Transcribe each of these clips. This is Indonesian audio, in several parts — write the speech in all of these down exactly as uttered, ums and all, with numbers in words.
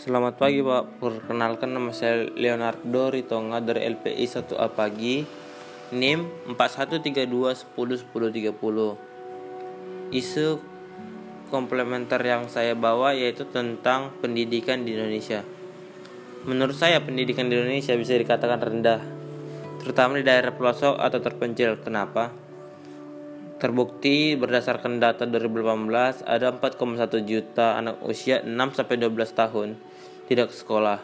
Selamat pagi Pak, perkenalkan nama saya Leonardo Ritonga dari L P I satu A Pagi, N I M empat satu tiga dua sepuluh sepuluh tiga puluh. Isu komplementer yang saya bawa yaitu tentang pendidikan di Indonesia. Menurut saya pendidikan di Indonesia bisa dikatakan rendah, terutama di daerah pelosok atau terpencil. Kenapa? Terbukti berdasarkan data dua ribu delapan belas ada empat koma satu juta anak usia enam sampai dua belas tahun tidak ke sekolah.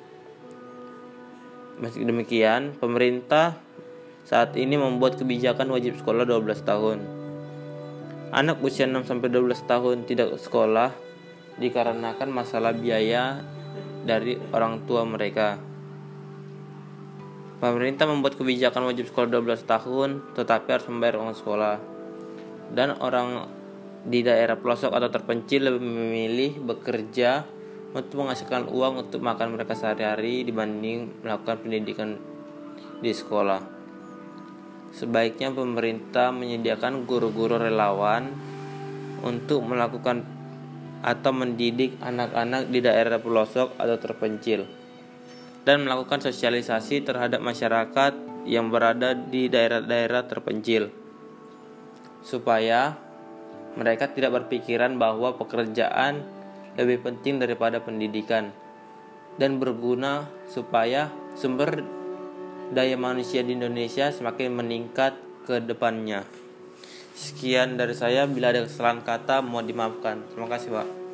Meski demikian, pemerintah saat ini membuat kebijakan wajib sekolah dua belas tahun. Anak usia enam sampai dua belas tahun tidak ke sekolah dikarenakan masalah biaya dari orang tua mereka. Pemerintah membuat kebijakan wajib sekolah dua belas tahun tetapi harus membayar uang sekolah. Dan orang di daerah pelosok atau terpencil lebih memilih bekerja untuk menghasilkan uang untuk makan mereka sehari-hari dibanding melakukan pendidikan di sekolah. Sebaiknya pemerintah menyediakan guru-guru relawan untuk melakukan atau mendidik anak-anak di daerah pelosok atau terpencil dan melakukan sosialisasi terhadap masyarakat yang berada di daerah-daerah terpencil, supaya mereka tidak berpikiran bahwa pekerjaan lebih penting daripada pendidikan, dan berguna supaya sumber daya manusia di Indonesia semakin meningkat ke depannya. Sekian dari saya, bila ada kesalahan kata mohon dimaafkan. Terima kasih Pak.